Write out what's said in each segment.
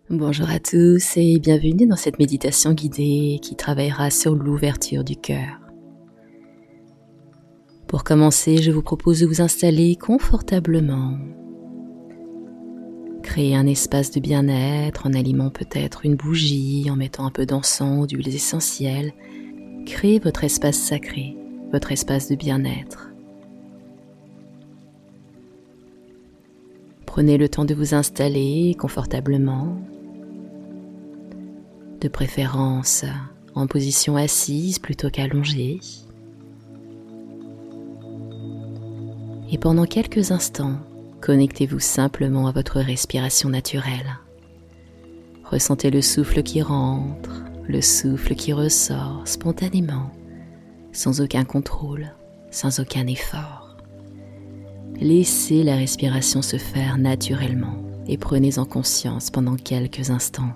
Bonjour à tous et bienvenue dans cette méditation guidée qui travaillera sur l'ouverture du cœur. Pour commencer, je vous propose de vous installer confortablement. Créez un espace de bien-être en allumant peut-être une bougie, en mettant un peu d'encens ou d'huiles essentielles. Créez votre espace sacré, votre espace de bien-être. Prenez le temps de vous installer confortablement, de préférence en position assise plutôt qu'allongée. Et pendant quelques instants, connectez-vous simplement à votre respiration naturelle. Ressentez le souffle qui rentre, le souffle qui ressort spontanément, sans aucun contrôle, sans aucun effort. Laissez la respiration se faire naturellement et prenez-en conscience pendant quelques instants.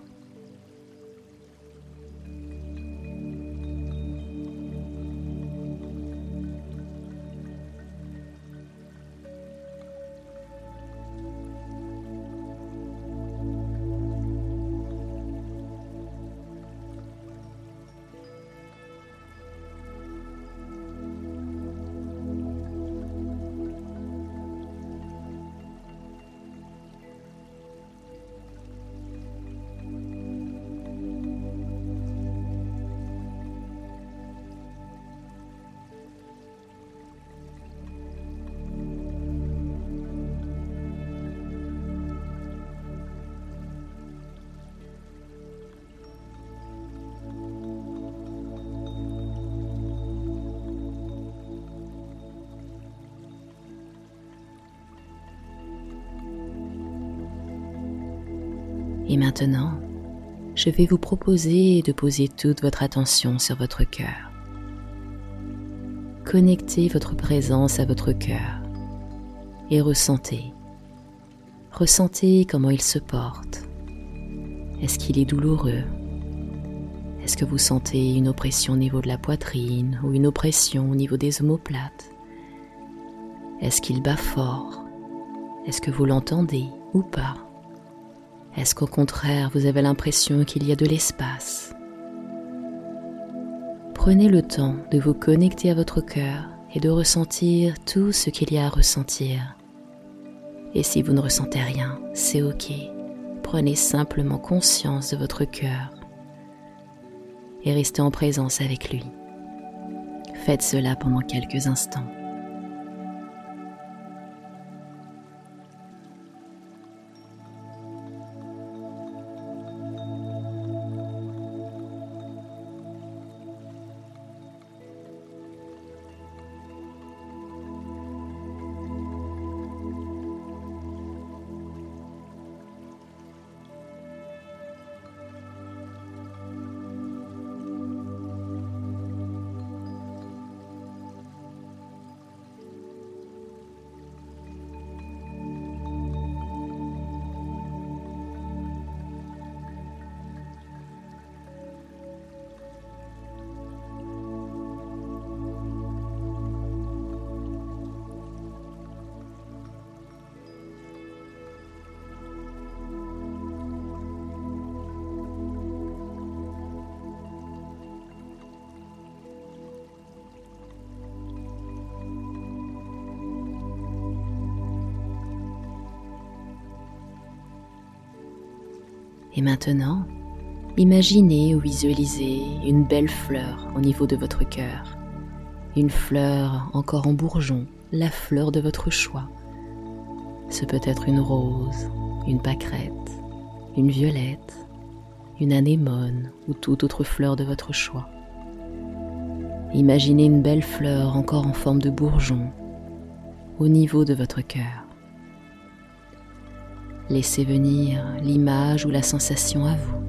Et maintenant, je vais vous proposer de poser toute votre attention sur votre cœur. Connectez votre présence à votre cœur et ressentez comment il se porte. Est-ce qu'il est douloureux? Est-ce que vous sentez une oppression au niveau de la poitrine ou une oppression au niveau des omoplates? Est-ce qu'il bat fort? Est-ce que vous l'entendez ou pas? Est-ce qu'au contraire, vous avez l'impression qu'il y a de l'espace? Prenez le temps de vous connecter à votre cœur et de ressentir tout ce qu'il y a à ressentir. Et si vous ne ressentez rien, c'est ok. Prenez simplement conscience de votre cœur et restez en présence avec lui. Faites cela pendant quelques instants. Et maintenant, imaginez ou visualisez une belle fleur au niveau de votre cœur. Une fleur encore en bourgeon, la fleur de votre choix. Ce peut être une rose, une pâquerette, une violette, une anémone ou toute autre fleur de votre choix. Imaginez une belle fleur encore en forme de bourgeon au niveau de votre cœur. Laissez venir l'image ou la sensation à vous.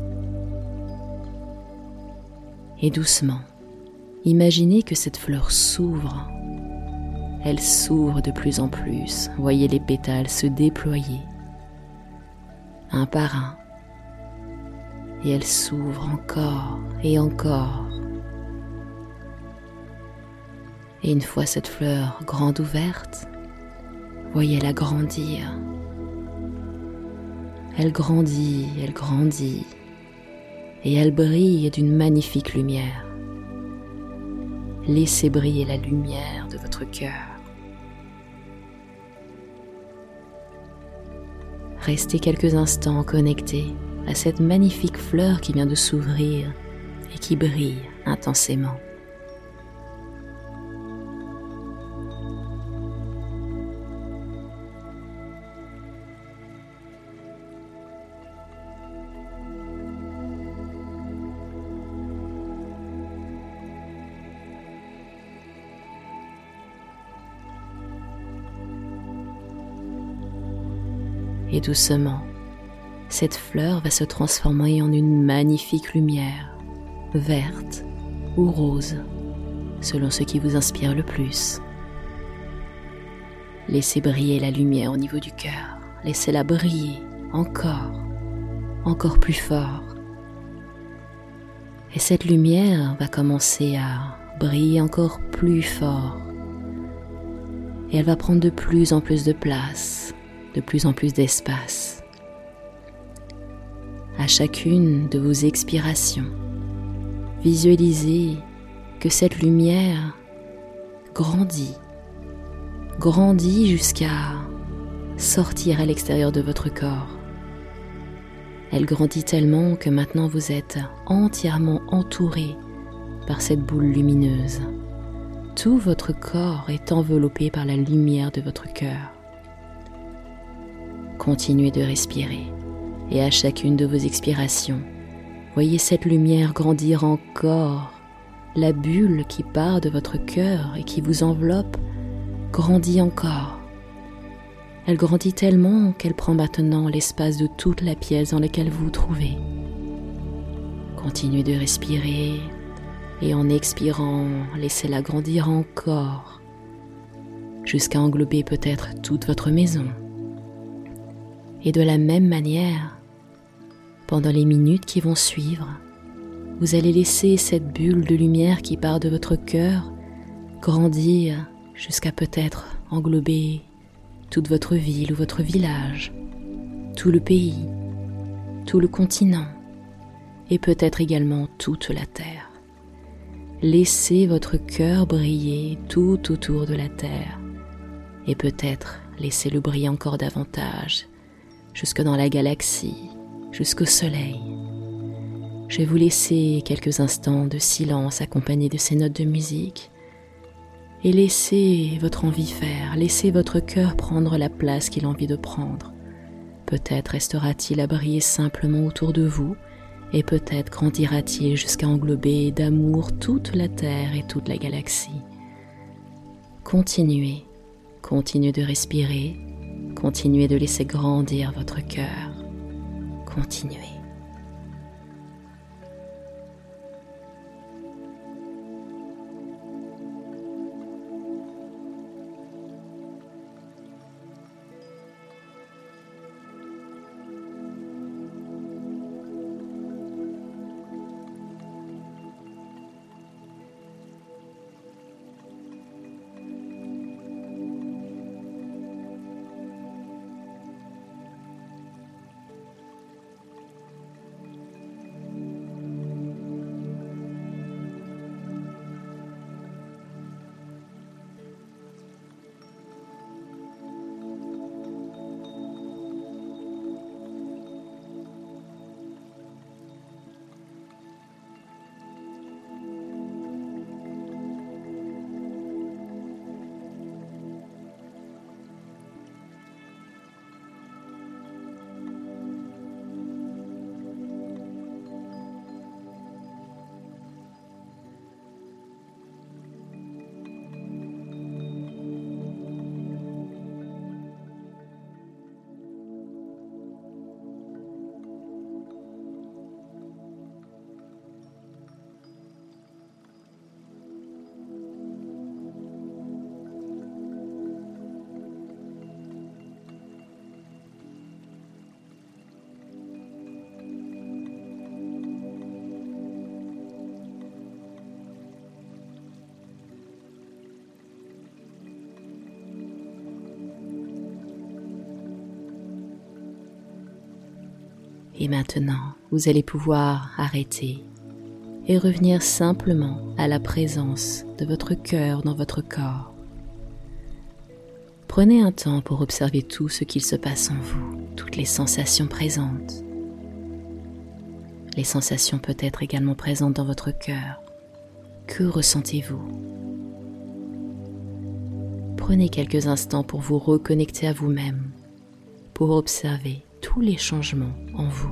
Et doucement, imaginez que cette fleur s'ouvre. Elle s'ouvre de plus en plus. Voyez les pétales se déployer, un par un. Et elle s'ouvre encore et encore. Et une fois cette fleur grande ouverte, voyez-la grandir. Elle grandit, et elle brille d'une magnifique lumière. Laissez briller la lumière de votre cœur. Restez quelques instants connectés à cette magnifique fleur qui vient de s'ouvrir et qui brille intensément. Et doucement, cette fleur va se transformer en une magnifique lumière, verte ou rose, selon ce qui vous inspire le plus. Laissez briller la lumière au niveau du cœur, laissez-la briller encore plus fort. Et cette lumière va commencer à briller encore plus fort. Et elle va prendre de plus en plus de place, de plus en plus d'espace. À chacune de vos expirations, visualisez que cette lumière grandit jusqu'à sortir à l'extérieur de votre corps. Elle grandit tellement que maintenant vous êtes entièrement entouré par cette boule lumineuse. Tout votre corps est enveloppé par la lumière de votre cœur. Continuez de respirer et à chacune de vos expirations, voyez cette lumière grandir encore. La bulle qui part de votre cœur et qui vous enveloppe grandit encore. Elle grandit tellement qu'elle prend maintenant l'espace de toute la pièce dans laquelle vous vous trouvez. Continuez de respirer et en expirant, laissez-la grandir encore jusqu'à englober peut-être toute votre maison. Et de la même manière, pendant les minutes qui vont suivre, vous allez laisser cette bulle de lumière qui part de votre cœur grandir jusqu'à peut-être englober toute votre ville ou votre village, tout le pays, tout le continent et peut-être également toute la terre. Laissez votre cœur briller tout autour de la terre et peut-être laissez-le briller encore davantage jusque dans la galaxie, jusqu'au soleil. Je vais vous laisser quelques instants de silence accompagnés de ces notes de musique et laissez votre envie faire, laissez votre cœur prendre la place qu'il a envie de prendre. Peut-être restera-t-il à briller simplement autour de vous et peut-être grandira-t-il jusqu'à englober d'amour toute la Terre et toute la galaxie. Continuez de respirer, continuez de laisser grandir votre cœur, continuez. Et maintenant, vous allez pouvoir arrêter et revenir simplement à la présence de votre cœur dans votre corps. Prenez un temps pour observer tout ce qu'il se passe en vous, toutes les sensations présentes. Les sensations peuvent être également présentes dans votre cœur. Que ressentez-vous ? Prenez quelques instants pour vous reconnecter à vous-même, pour observer tous les changements en vous.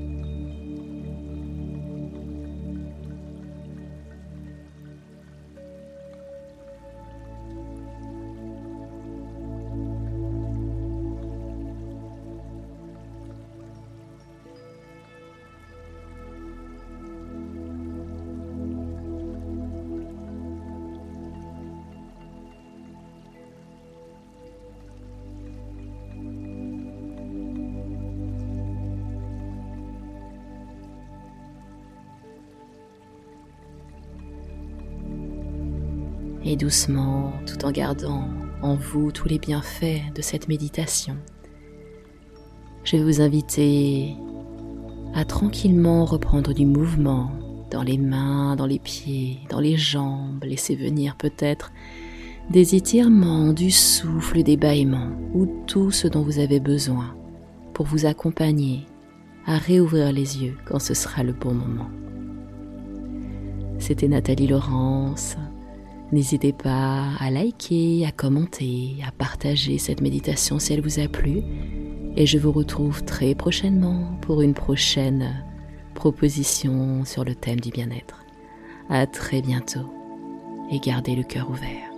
Et doucement, tout en gardant en vous tous les bienfaits de cette méditation, je vais vous inviter à tranquillement reprendre du mouvement dans les mains, dans les pieds, dans les jambes. Laissez venir peut-être des étirements, du souffle, des bâillements ou tout ce dont vous avez besoin pour vous accompagner à réouvrir les yeux quand ce sera le bon moment. C'était Nathalie Laurence. N'hésitez pas à liker, à commenter, à partager cette méditation si elle vous a plu. Et je vous retrouve très prochainement pour une prochaine proposition sur le thème du bien-être. À très bientôt et gardez le cœur ouvert.